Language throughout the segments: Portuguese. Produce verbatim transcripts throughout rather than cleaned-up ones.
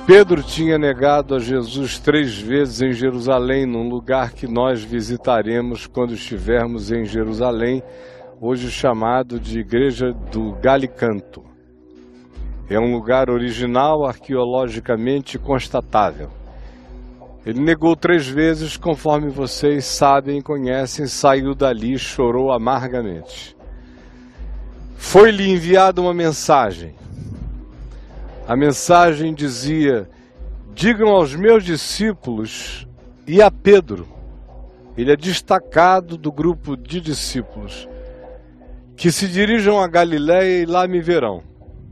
Pedro tinha negado a Jesus três vezes em Jerusalém, num lugar que nós visitaremos quando estivermos em Jerusalém, hoje chamado de Igreja do Galicanto. É um lugar original, arqueologicamente constatável. Ele negou três vezes, conforme vocês sabem e conhecem, saiu dali e chorou amargamente. Foi-lhe enviada uma mensagem. A mensagem dizia: digam aos meus discípulos e a Pedro, ele é destacado do grupo de discípulos, que se dirijam a Galiléia e lá me verão.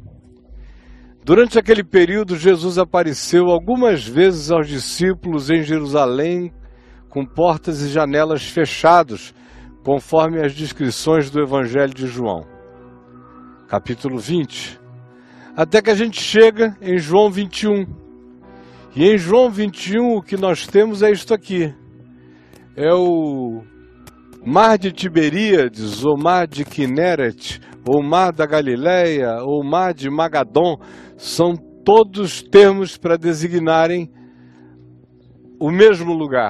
Durante aquele período, Jesus apareceu algumas vezes aos discípulos em Jerusalém, com portas e janelas fechadas, conforme as descrições do Evangelho de João. Capítulo vinte. Até que a gente chega em João vinte e um. E em João vinte e um o que nós temos é isto aqui. É o Mar de Tiberíades, ou Mar de Quinéret, ou Mar da Galileia, ou Mar de Magadon. São todos termos para designarem o mesmo lugar.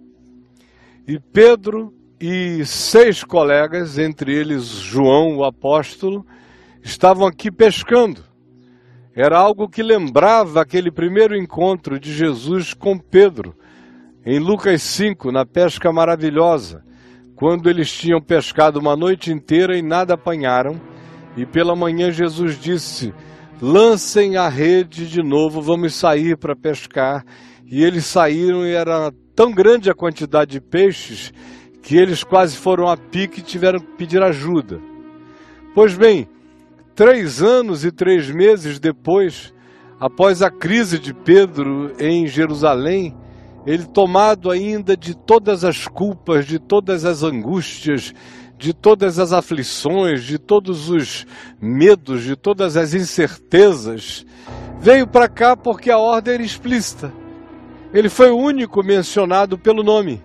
E Pedro e seis colegas, entre eles João, o apóstolo, estavam aqui pescando. Era algo que lembrava aquele primeiro encontro de Jesus com Pedro, em Lucas cinco, na pesca maravilhosa, quando eles tinham pescado uma noite inteira e nada apanharam, e pela manhã Jesus disse: lancem a rede de novo, vamos sair para pescar. E eles saíram e era tão grande a quantidade de peixes que eles quase foram a pique e tiveram que pedir ajuda. Pois bem, Três anos e três meses depois, após a crise de Pedro em Jerusalém, ele, tomado ainda de todas as culpas, de todas as angústias, de todas as aflições, de todos os medos, de todas as incertezas, veio para cá porque a ordem era explícita. Ele foi o único mencionado pelo nome.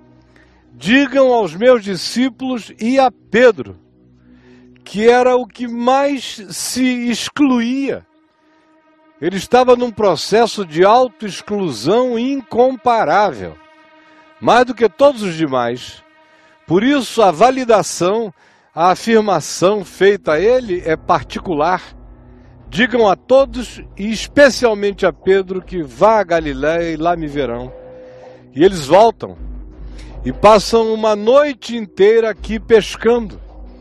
Digam aos meus discípulos e a Pedro, que era o que mais se excluía. Ele estava num processo de autoexclusão incomparável, mais do que todos os demais. Por isso, a validação, a afirmação feita a ele é particular. Digam a todos, e especialmente a Pedro, que vá a Galiléia e lá me verão. E eles voltam e passam uma noite inteira aqui pescando,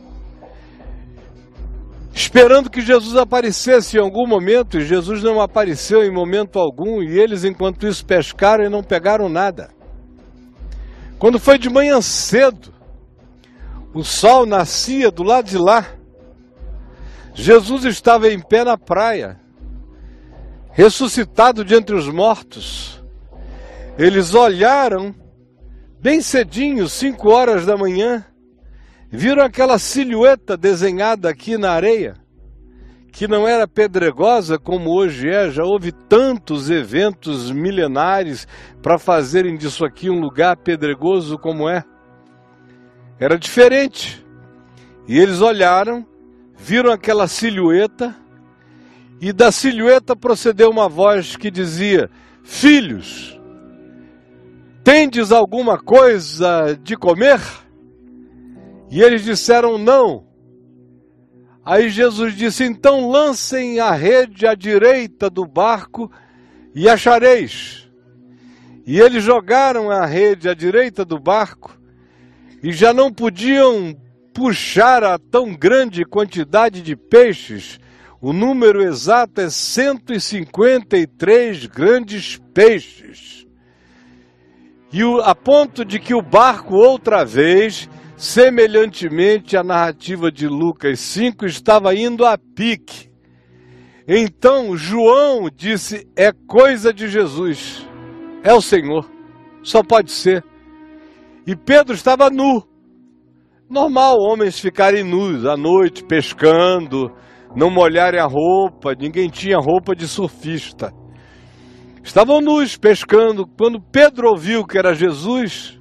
esperando que Jesus aparecesse em algum momento, e Jesus não apareceu em momento algum, e eles, enquanto isso, pescaram e não pegaram nada. Quando foi de manhã cedo, o sol nascia do lado de lá, Jesus estava em pé na praia, ressuscitado de entre os mortos. Eles olharam, bem cedinho, cinco horas da manhã, viram aquela silhueta desenhada aqui na areia, que não era pedregosa como hoje é. Já houve tantos eventos milenares para fazerem disso aqui um lugar pedregoso como é. Era diferente. E eles olharam, viram aquela silhueta, e da silhueta procedeu uma voz que dizia: filhos, tendes alguma coisa de comer? E eles disseram não. Aí Jesus disse: então lancem a rede à direita do barco e achareis. E eles jogaram a rede à direita do barco e já não podiam puxar a tão grande quantidade de peixes. O número exato é cento e cinquenta e três grandes peixes. E o, a ponto de que o barco outra vez, semelhantemente à narrativa de Lucas cinco, estava indo a pique. Então João disse: é coisa de Jesus, é o Senhor, só pode ser. E Pedro estava nu. Normal homens ficarem nus à noite, pescando, não molharem a roupa, ninguém tinha roupa de surfista. Estavam nus, pescando. Quando Pedro ouviu que era Jesus,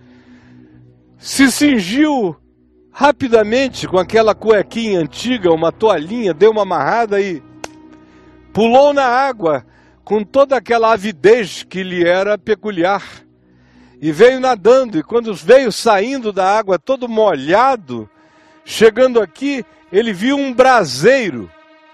se cingiu rapidamente com aquela cuequinha antiga, uma toalhinha, deu uma amarrada e pulou na água com toda aquela avidez que lhe era peculiar. E veio nadando, e quando veio saindo da água todo molhado, chegando aqui, ele viu um braseiro.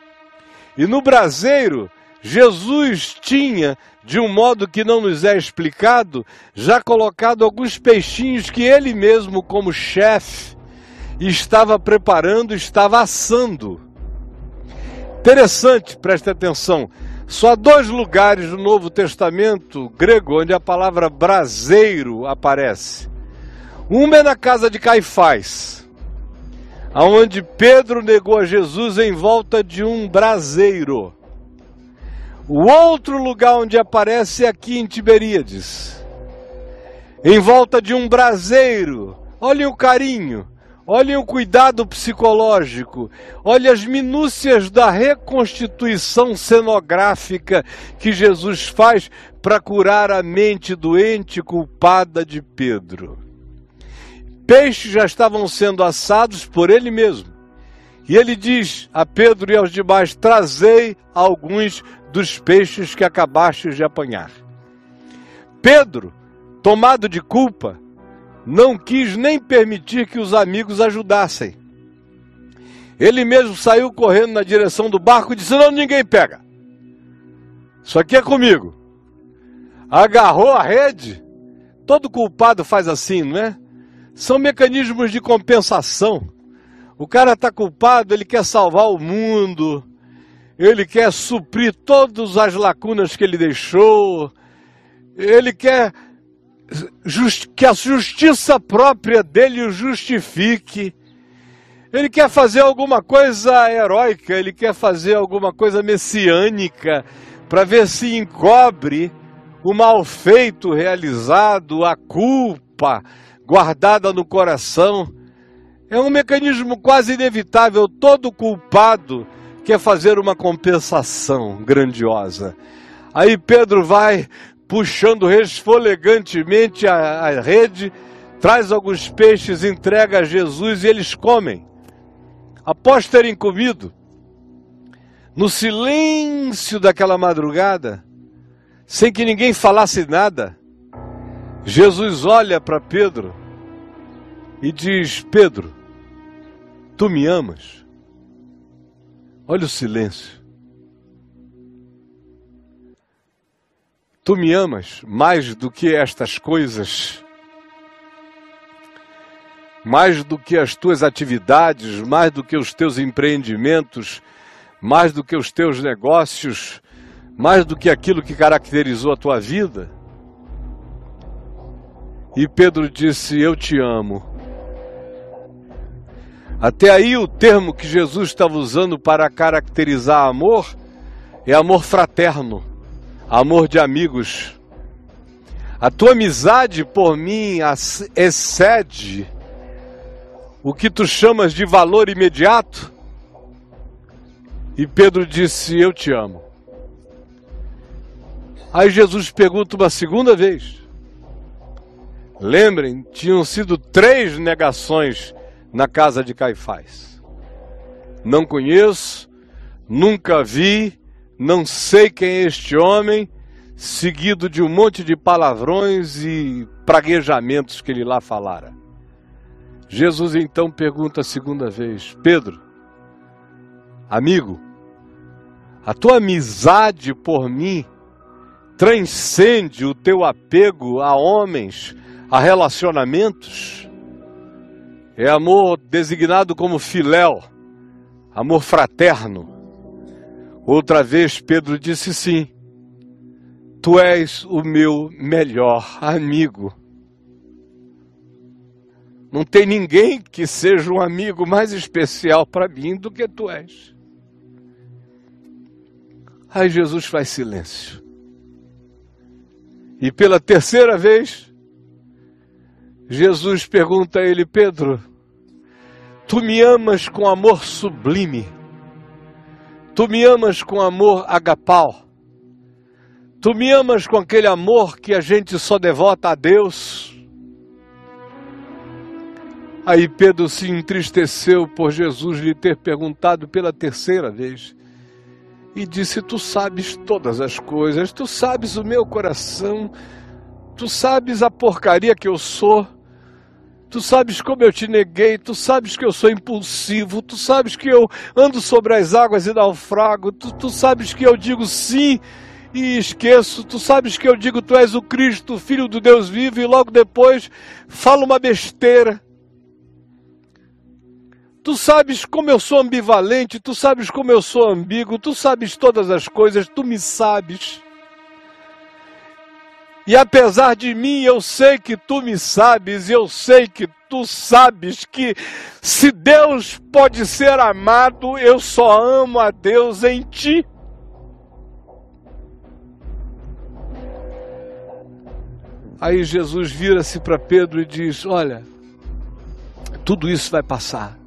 E no braseiro, Jesus tinha, de um modo que não nos é explicado, já colocado alguns peixinhos que ele mesmo, como chefe, estava preparando, estava assando. Interessante, preste atenção. Só há dois lugares no Novo Testamento grego onde a palavra braseiro aparece. Uma é na casa de Caifás, aonde Pedro negou a Jesus em volta de um braseiro. O outro lugar onde aparece é aqui em Tiberíades, em volta de um braseiro. Olhem o carinho. Olhem o cuidado psicológico, olhem as minúcias da reconstituição cenográfica que Jesus faz para curar a mente doente culpada de Pedro. Peixes já estavam sendo assados por ele mesmo. E ele diz a Pedro e aos demais: trazei alguns dos peixes que acabastes de apanhar. Pedro, tomado de culpa, não quis nem permitir que os amigos ajudassem. Ele mesmo saiu correndo na direção do barco e disse: não, ninguém pega. Isso aqui é comigo. Agarrou a rede. Todo culpado faz assim, não é? São mecanismos de compensação. O cara está culpado, ele quer salvar o mundo, ele quer suprir todas as lacunas que ele deixou, ele quer Just, que a justiça própria dele o justifique. Ele quer fazer alguma coisa heróica, ele quer fazer alguma coisa messiânica, para ver se encobre o mal feito realizado, a culpa guardada no coração. É um mecanismo quase inevitável. Todo culpado quer fazer uma compensação grandiosa. Aí Pedro vai puxando resfolegantemente a, a rede, traz alguns peixes, entrega a Jesus e eles comem. Após terem comido, no silêncio daquela madrugada, sem que ninguém falasse nada, Jesus olha para Pedro e diz: Pedro, tu me amas? Olha o silêncio. Tu me amas mais do que estas coisas, mais do que as tuas atividades, mais do que os teus empreendimentos, mais do que os teus negócios, mais do que aquilo que caracterizou a tua vida? E Pedro disse: eu te amo. Até aí o termo que Jesus estava usando para caracterizar amor é amor fraterno. Amor de amigos. A tua amizade por mim excede o que tu chamas de valor imediato? E Pedro disse: eu te amo. Aí Jesus pergunta uma segunda vez. Lembrem, tinham sido três negações na casa de Caifás. Não conheço, nunca vi, não sei quem é este homem, seguido de um monte de palavrões e praguejamentos que ele lá falara. Jesus então pergunta a segunda vez: Pedro, amigo, a tua amizade por mim transcende o teu apego a homens, a relacionamentos? É amor designado como filéu, amor fraterno. Outra vez Pedro disse: sim, tu és o meu melhor amigo. Não tem ninguém que seja um amigo mais especial para mim do que tu és. Aí Jesus faz silêncio. E pela terceira vez, Jesus pergunta a ele: Pedro, tu me amas com amor sublime? Tu me amas com amor agapau? Tu me amas com aquele amor que a gente só devota a Deus? Aí Pedro se entristeceu por Jesus lhe ter perguntado pela terceira vez. e disse: tu sabes todas as coisas, tu sabes o meu coração, tu sabes a porcaria que eu sou, tu sabes como eu te neguei, tu sabes que eu sou impulsivo, tu sabes que eu ando sobre as águas e naufrago, tu, tu sabes que eu digo sim e esqueço, tu sabes que eu digo tu és o Cristo, o Filho do Deus vivo, e logo depois falo uma besteira. Tu sabes como eu sou ambivalente, tu sabes como eu sou ambíguo, tu sabes todas as coisas, tu me sabes. E apesar de mim, eu sei que tu me sabes, eu sei que tu sabes que se Deus pode ser amado, eu só amo a Deus em ti. Aí Jesus vira-se para Pedro e diz: olha, tudo isso vai passar.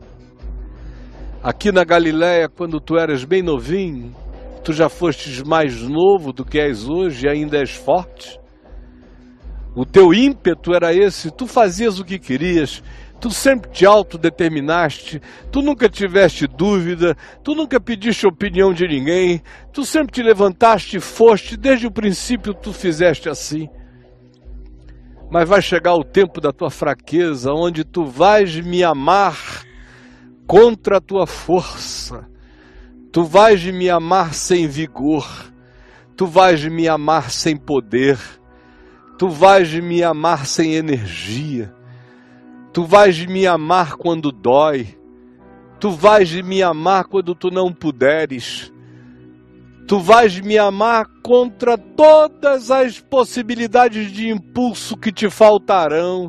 Aqui na Galileia, quando tu eras bem novinho, tu já fostes mais novo do que és hoje e ainda és forte. O teu ímpeto era esse, tu fazias o que querias, tu sempre te autodeterminaste, tu nunca tiveste dúvida, tu nunca pediste opinião de ninguém, tu sempre te levantaste e foste, desde o princípio tu fizeste assim. Mas vai chegar o tempo da tua fraqueza, onde tu vais me amar contra a tua força, tu vais me amar sem vigor, tu vais me amar sem poder, tu vais me amar sem energia, tu vais me amar quando dói, tu vais me amar quando tu não puderes, tu vais me amar contra todas as possibilidades de impulso que te faltarão.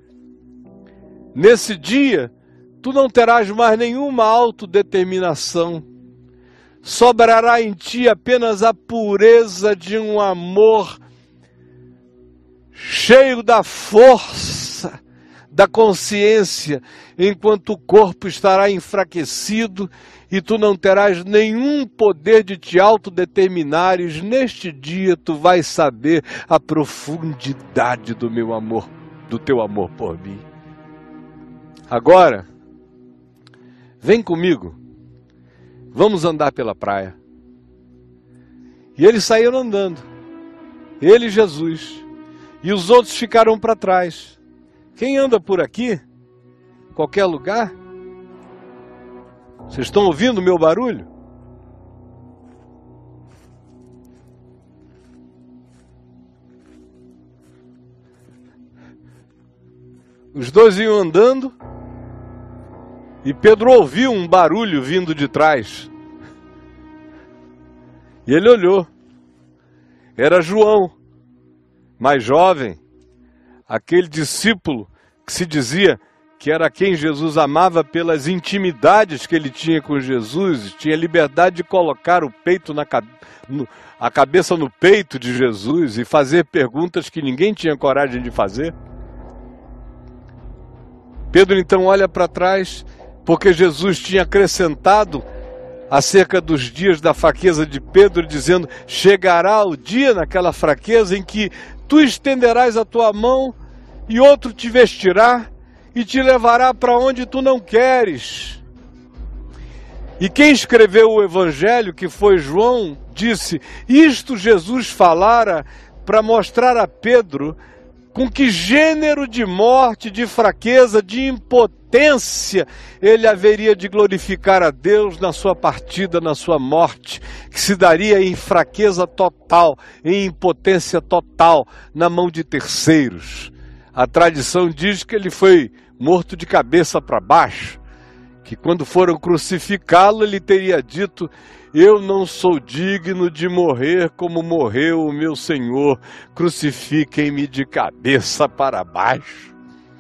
Nesse dia, tu não terás mais nenhuma autodeterminação. Sobrará em ti apenas a pureza de um amor cheio da força da consciência, enquanto o corpo estará enfraquecido e tu não terás nenhum poder de te autodeterminares. Neste dia tu vais saber a profundidade do meu amor, do teu amor por mim. Agora, vem comigo, vamos andar pela praia. E eles saíram andando, ele e Jesus, e os outros ficaram para trás. Quem anda por aqui, qualquer lugar, vocês estão ouvindo o meu barulho? Os dois iam andando, e Pedro ouviu um barulho vindo de trás. E ele olhou. Era João, mais jovem, aquele discípulo que se dizia que era quem Jesus amava pelas intimidades que ele tinha com Jesus, tinha liberdade de colocar o peito na, no, a cabeça no peito de Jesus e fazer perguntas que ninguém tinha coragem de fazer. Pedro então olha para trás, porque Jesus tinha acrescentado acerca dos dias da fraqueza de Pedro, dizendo: chegará o dia naquela fraqueza em que tu estenderás a tua mão e outro te vestirá e te levará para onde tu não queres. E quem escreveu o Evangelho, que foi João, disse: isto Jesus falara para mostrar a Pedro com que gênero de morte, de fraqueza, de impotência ele haveria de glorificar a Deus na sua partida, na sua morte, que se daria em fraqueza total, em impotência total, na mão de terceiros. A tradição diz que ele foi morto de cabeça para baixo, que quando foram crucificá-lo ele teria dito: eu não sou digno de morrer como morreu o meu Senhor, crucifiquem-me de cabeça para baixo.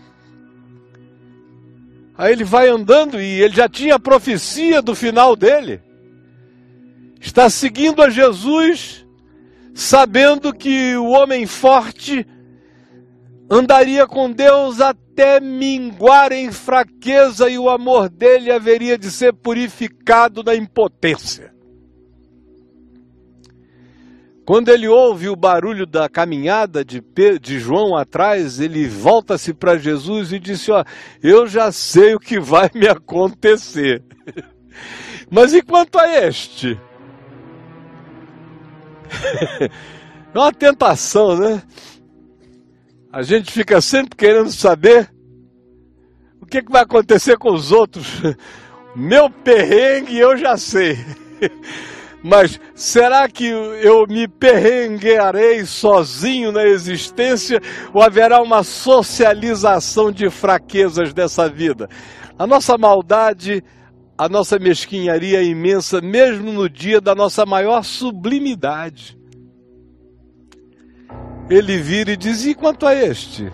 Aí ele vai andando e ele já tinha a profecia do final dele. Está seguindo a Jesus, sabendo que o homem forte andaria com Deus até minguar em fraqueza e o amor dele haveria de ser purificado na impotência. Quando ele ouve o barulho da caminhada de, Pedro, de João atrás, ele volta-se para Jesus e disse: ó, eu já sei o que vai me acontecer. Mas e quanto a este? É uma tentação, né? A gente fica sempre querendo saber o que, que vai acontecer com os outros. Meu perrengue eu já sei. Mas será que eu me perrenguearei sozinho na existência ou haverá uma socialização de fraquezas dessa vida? A nossa maldade, a nossa mesquinharia é imensa, mesmo no dia da nossa maior sublimidade. Ele vira e diz, e quanto a este?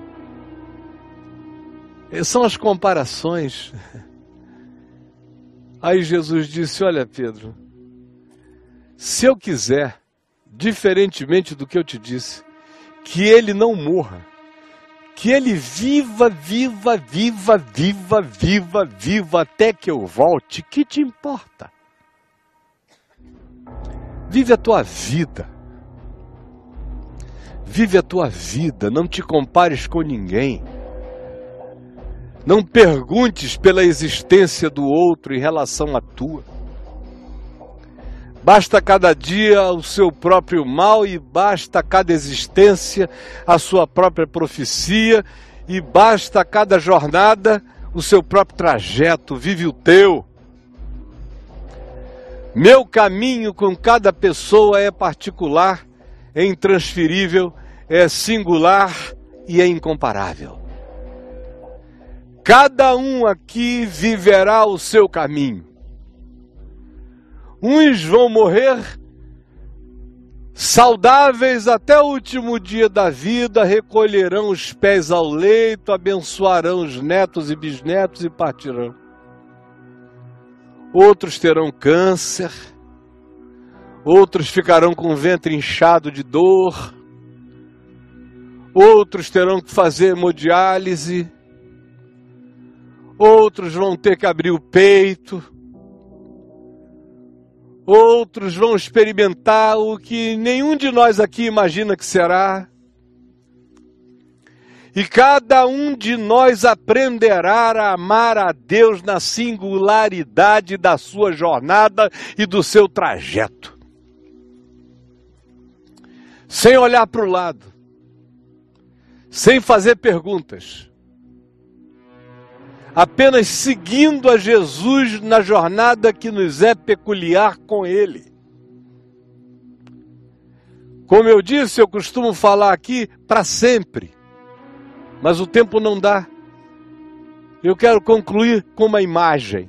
São as comparações. Aí Jesus disse, olha Pedro, se eu quiser, diferentemente do que eu te disse, que ele não morra, que ele viva, viva, viva, viva, viva, viva, até que eu volte, que te importa? Vive a tua vida. Vive a tua vida, não te compares com ninguém. Não perguntes pela existência do outro em relação à tua. Basta cada dia o seu próprio mal e basta cada existência a sua própria profecia e basta cada jornada o seu próprio trajeto. Vive o teu. Meu caminho com cada pessoa é particular, é intransferível, é singular e é incomparável. Cada um aqui viverá o seu caminho. Uns vão morrer saudáveis até o último dia da vida, recolherão os pés ao leito, abençoarão os netos e bisnetos e partirão. Outros terão câncer, outros ficarão com o ventre inchado de dor, outros terão que fazer hemodiálise, outros vão ter que abrir o peito, outros vão experimentar o que nenhum de nós aqui imagina que será. E cada um de nós aprenderá a amar a Deus na singularidade da sua jornada e do seu trajeto. Sem olhar para o lado, sem fazer perguntas, apenas seguindo a Jesus na jornada que nos é peculiar com Ele. Como eu disse, eu costumo falar aqui para sempre, mas o tempo não dá. Eu quero concluir com uma imagem.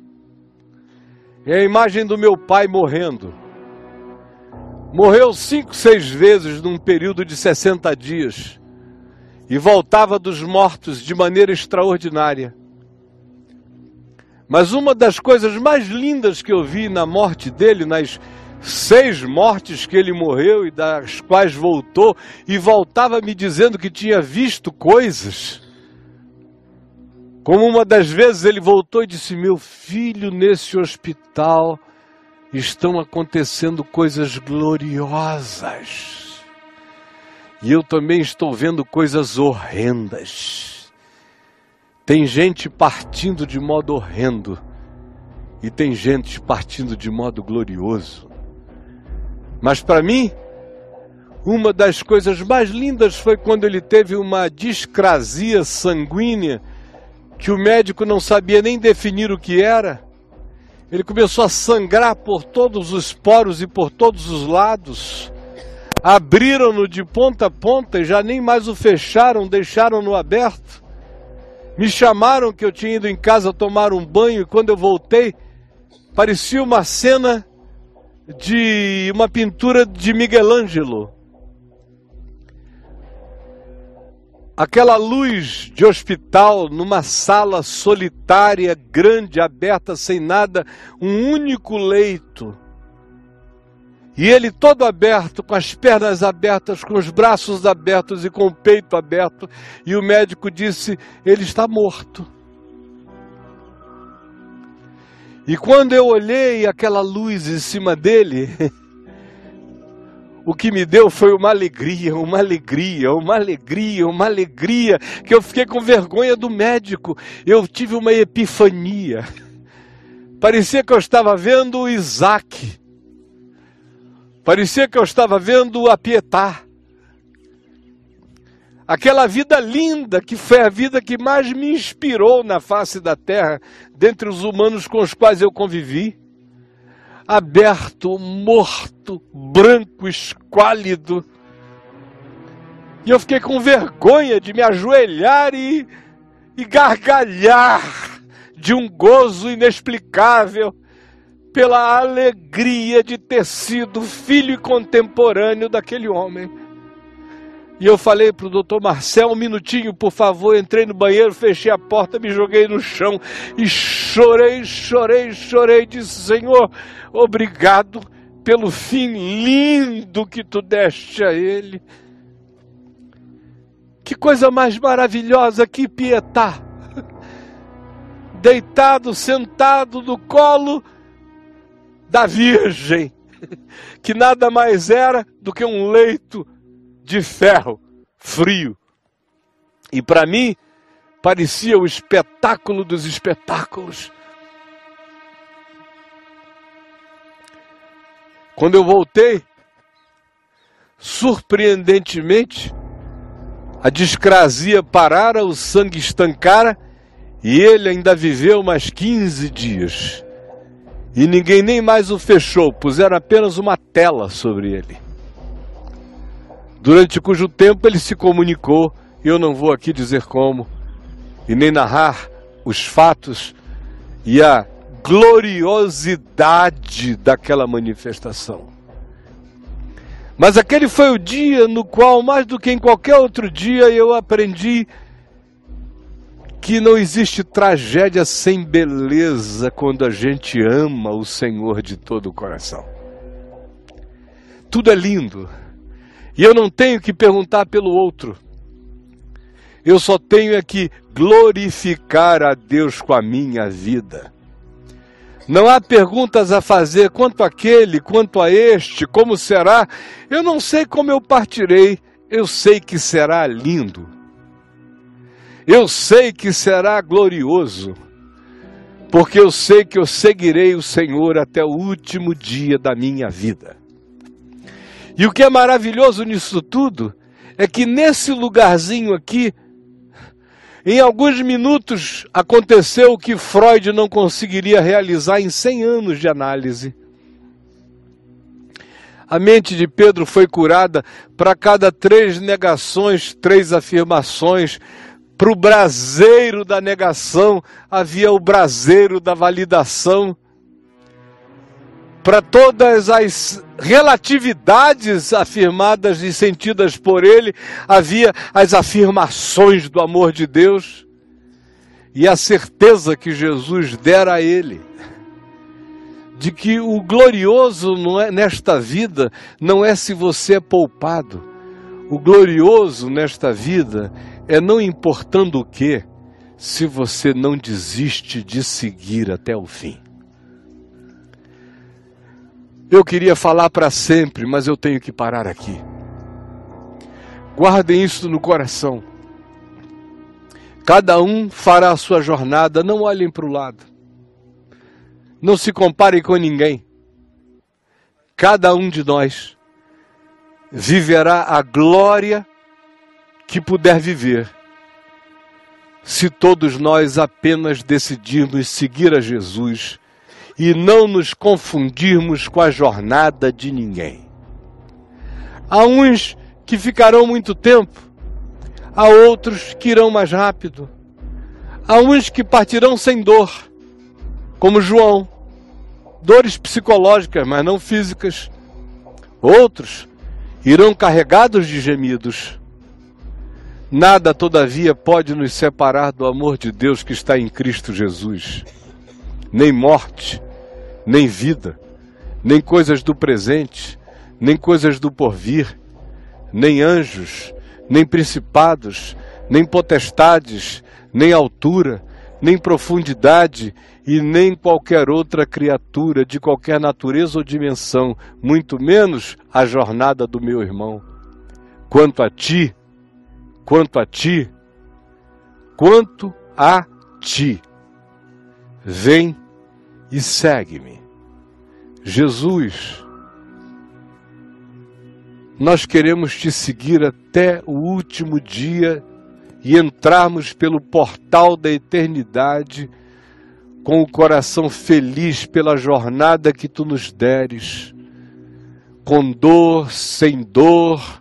É a imagem do meu pai morrendo. Morreu cinco, seis vezes num período de sessenta dias e voltava dos mortos de maneira extraordinária. Mas uma das coisas mais lindas que eu vi na morte dele, nas seis mortes que ele morreu e das quais voltou, e voltava me dizendo que tinha visto coisas. Como uma das vezes ele voltou e disse, meu filho, nesse hospital estão acontecendo coisas gloriosas. E eu também estou vendo coisas horrendas. Tem gente partindo de modo horrendo e tem gente partindo de modo glorioso. Mas para mim, uma das coisas mais lindas foi quando ele teve uma discrasia sanguínea que o médico não sabia nem definir o que era. Ele começou a sangrar por todos os poros e por todos os lados. Abriram-no de ponta a ponta e já nem mais o fecharam, deixaram-no aberto. Me chamaram que eu tinha ido em casa tomar um banho e quando eu voltei, parecia uma cena de uma pintura de Miguel Ângelo. Aquela luz de hospital numa sala solitária, grande, aberta, sem nada, um único leito. E ele todo aberto, com as pernas abertas, com os braços abertos e com o peito aberto. E o médico disse, ele está morto. E quando eu olhei aquela luz em cima dele, o que me deu foi uma alegria, uma alegria, uma alegria, uma alegria, que eu fiquei com vergonha do médico. Eu tive uma epifania. Parecia que eu estava vendo o Isaac. Parecia que eu estava vendo a Pietà. Aquela vida linda que foi a vida que mais me inspirou na face da terra, dentre os humanos com os quais eu convivi. Aberto, morto, branco, esquálido. E eu fiquei com vergonha de me ajoelhar e, e gargalhar de um gozo inexplicável pela alegria de ter sido filho e contemporâneo daquele homem. E eu falei para o doutor Marcel, um minutinho, por favor. Entrei no banheiro, fechei a porta, me joguei no chão e chorei, chorei, chorei. Disse: Senhor, obrigado pelo fim lindo que tu deste a ele. Que coisa mais maravilhosa, que Pietà. Deitado, sentado no colo da Virgem, que nada mais era do que um leito de ferro, frio. E para mim, parecia o espetáculo dos espetáculos. Quando eu voltei, surpreendentemente, a discrasia parara, o sangue estancara, e ele ainda viveu mais quinze dias. E ninguém nem mais o fechou, puseram apenas uma tela sobre ele. Durante cujo tempo ele se comunicou, eu não vou aqui dizer como, e nem narrar os fatos e a gloriosidade daquela manifestação. Mas aquele foi o dia no qual, mais do que em qualquer outro dia, eu aprendi que não existe tragédia sem beleza quando a gente ama o Senhor de todo o coração. Tudo é lindo. E eu não tenho que perguntar pelo outro. Eu só tenho é que glorificar a Deus com a minha vida. Não há perguntas a fazer quanto àquele, quanto a este, como será. Eu não sei como eu partirei, eu sei que será lindo. Eu sei que será glorioso, porque eu sei que eu seguirei o Senhor até o último dia da minha vida. E o que é maravilhoso nisso tudo é que nesse lugarzinho aqui, em alguns minutos aconteceu o que Freud não conseguiria realizar em cem anos de análise. A mente de Pedro foi curada. Para cada três negações, três afirmações. Para o braseiro da negação havia o braseiro da validação. Para todas as relatividades afirmadas e sentidas por ele, havia as afirmações do amor de Deus e a certeza que Jesus dera a ele, de que o glorioso não é, nesta vida não é se você é poupado. O glorioso nesta vida é, não importando o que, se você não desiste de seguir até o fim. Eu queria falar para sempre, mas eu tenho que parar aqui. Guardem isso no coração. Cada um fará a sua jornada, não olhem para o lado. Não se comparem com ninguém. Cada um de nós viverá a glória que puder viver, se todos nós apenas decidirmos seguir a Jesus e não nos confundirmos com a jornada de ninguém. Há uns que ficarão muito tempo, há outros que irão mais rápido, há uns que partirão sem dor, como João, dores psicológicas, mas não físicas. Outros irão carregados de gemidos. Nada, todavia, pode nos separar do amor de Deus que está em Cristo Jesus. Nem morte, nem vida, nem coisas do presente, nem coisas do porvir, nem anjos, nem principados, nem potestades, nem altura, nem profundidade, e nem qualquer outra criatura de qualquer natureza ou dimensão, muito menos a jornada do meu irmão. Quanto a ti, quanto a ti, quanto a ti, vem e segue-me. Jesus nós queremos te seguir até o último dia e entrarmos pelo portal da eternidade com o coração feliz pela jornada que tu nos deres, com dor, sem dor.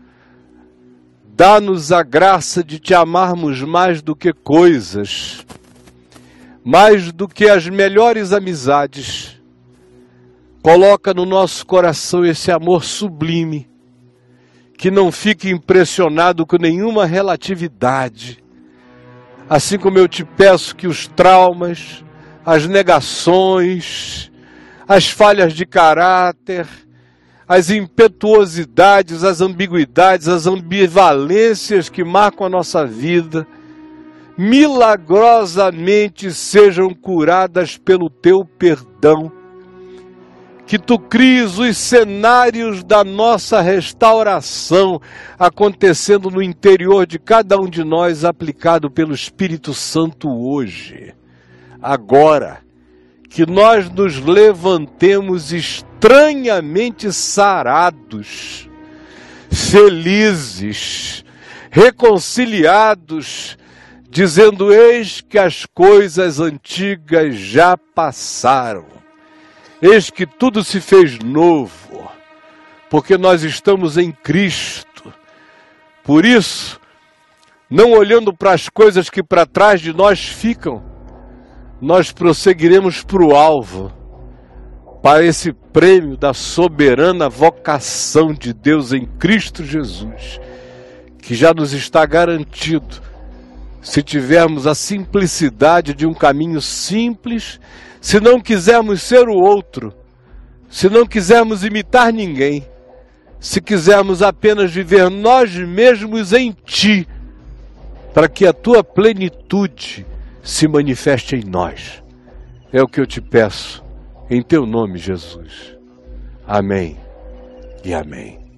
Dá-nos a graça de te amarmos mais do que coisas, mais do que as melhores amizades. Coloca no nosso coração esse amor sublime, que não fique impressionado com nenhuma relatividade. Assim como eu te peço que os traumas, as negações, as falhas de caráter, as impetuosidades, as ambiguidades, as ambivalências que marcam a nossa vida, milagrosamente sejam curadas pelo teu perdão. Que tu cries os cenários da nossa restauração acontecendo no interior de cada um de nós, aplicado pelo Espírito Santo hoje, agora. Que nós nos levantemos estranhamente sarados, felizes, reconciliados, dizendo: eis que as coisas antigas já passaram, eis que tudo se fez novo, porque nós estamos em Cristo. Por isso, não olhando para as coisas que para trás de nós ficam, nós prosseguiremos para o alvo, para esse prêmio da soberana vocação de Deus em Cristo Jesus, que já nos está garantido, se tivermos a simplicidade de um caminho simples, se não quisermos ser o outro, se não quisermos imitar ninguém, se quisermos apenas viver nós mesmos em Ti, para que a Tua plenitude se manifeste em nós. É o que eu te peço, em Teu nome, Jesus. Amém e amém.